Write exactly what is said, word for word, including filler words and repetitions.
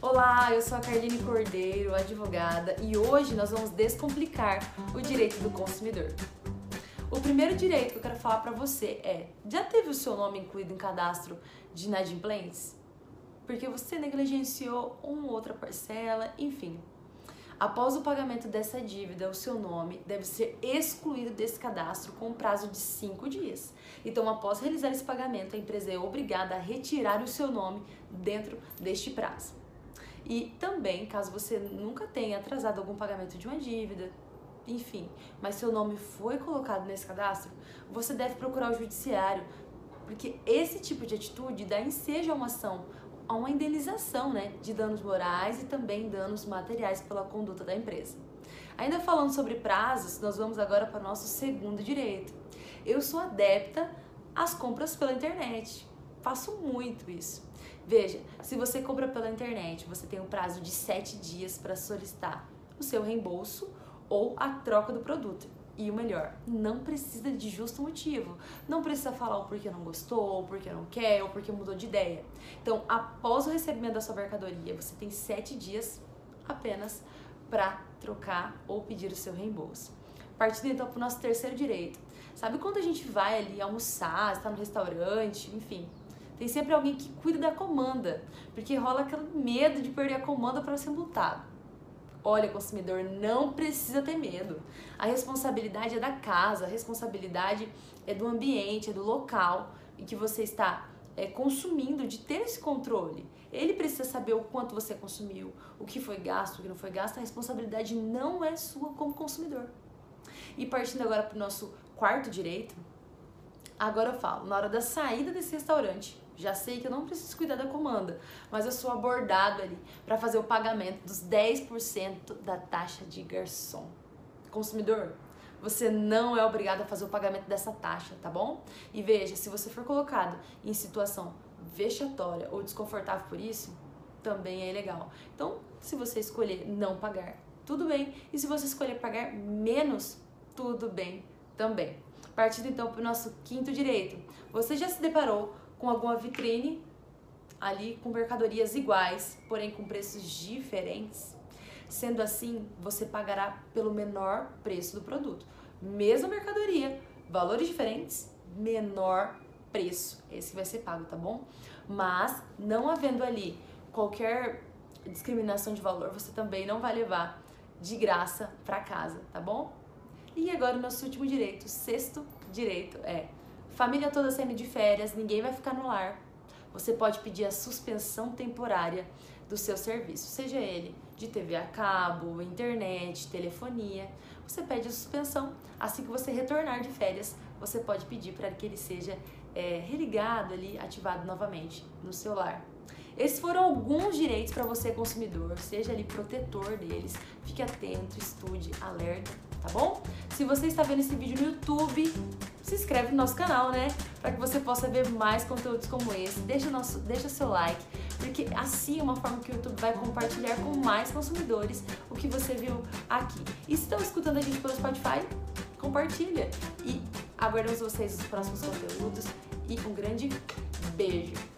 Olá, eu sou a Carline Cordeiro, advogada, e hoje nós vamos descomplicar o direito do consumidor. O primeiro direito que eu quero falar para você é: já teve o seu nome incluído em cadastro de inadimplentes? Porque você negligenciou uma ou outra parcela, enfim. Após o pagamento dessa dívida, o seu nome deve ser excluído desse cadastro com um prazo de cinco dias. Então, após realizar esse pagamento, a empresa é obrigada a retirar o seu nome dentro deste prazo. E também, caso você nunca tenha atrasado algum pagamento de uma dívida, enfim, mas seu nome foi colocado nesse cadastro, você deve procurar o judiciário, porque esse tipo de atitude dá ensejo a uma ação, a uma indenização, né, de danos morais e também danos materiais pela conduta da empresa. Ainda falando sobre prazos, nós vamos agora para o nosso segundo direito. Eu sou adepta às compras pela internet, faço muito isso. Veja, se você compra pela internet, você tem um prazo de sete dias para solicitar o seu reembolso ou a troca do produto. E o melhor, não precisa de justo motivo. Não precisa falar o porquê não gostou, o porquê não quer, ou porquê mudou de ideia. Então, após o recebimento da sua mercadoria, você tem sete dias apenas para trocar ou pedir o seu reembolso. Partindo então para o nosso terceiro direito. Sabe quando a gente vai ali almoçar, está no restaurante, enfim, tem sempre alguém que cuida da comanda, porque rola aquele medo de perder a comanda para ser multado. Olha, consumidor, não precisa ter medo. A responsabilidade é da casa, a responsabilidade é do ambiente, é do local em que você está é, consumindo, de ter esse controle. Ele precisa saber o quanto você consumiu, o que foi gasto, o que não foi gasto. A responsabilidade não é sua como consumidor. E partindo agora para o nosso quarto direito, agora eu falo, na hora da saída desse restaurante, já sei que eu não preciso cuidar da comanda, mas eu sou abordado ali para fazer o pagamento dos dez por cento da taxa de garçom. Consumidor, você não é obrigado a fazer o pagamento dessa taxa, tá bom? E veja, se você for colocado em situação vexatória ou desconfortável por isso, também é ilegal. Então, se você escolher não pagar, tudo bem. E se você escolher pagar menos, tudo bem também. Partindo então para o nosso quinto direito. Você já se deparou com alguma vitrine ali com mercadorias iguais, porém com preços diferentes? Sendo assim, você pagará pelo menor preço do produto. Mesma mercadoria, valores diferentes, menor preço. Esse vai ser pago, tá bom? Mas, não havendo ali qualquer discriminação de valor, você também não vai levar de graça para casa, tá bom? E agora o nosso último direito, o sexto direito é: família toda saindo de férias, ninguém vai ficar no lar. Você pode pedir a suspensão temporária do seu serviço, seja ele de T V a cabo, internet, telefonia. Você pede a suspensão, assim que você retornar de férias, você pode pedir para que ele seja é, religado ali, ativado novamente no seu lar. Esses foram alguns direitos para você, consumidor, seja ali protetor deles, fique atento, estude, alerta, tá bom? Se você está vendo esse vídeo no YouTube, se inscreve no nosso canal, né? Para que você possa ver mais conteúdos como esse. Deixa, nosso, deixa seu like, porque assim é uma forma que o YouTube vai compartilhar com mais consumidores o que você viu aqui. E se estão escutando a gente pelo Spotify, compartilha. E aguardamos vocês nos próximos conteúdos e um grande beijo!